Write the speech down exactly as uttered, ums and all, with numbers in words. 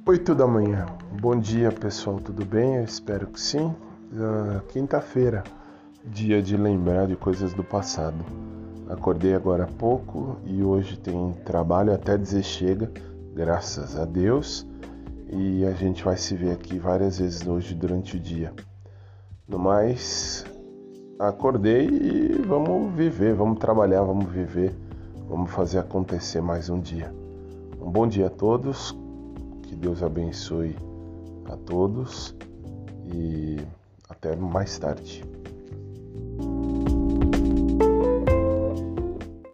Oito da manhã. Bom dia, pessoal, tudo bem? Eu espero que sim. Uh, quinta-feira, dia de lembrar de coisas do passado. Acordei agora há pouco e hoje tem trabalho até dizer chega, graças a Deus. E a gente vai se ver aqui várias vezes hoje durante o dia. No mais, acordei e vamos viver, vamos trabalhar, vamos viver, vamos fazer acontecer mais um dia. Um bom dia a todos. Que Deus abençoe a todos e até mais tarde.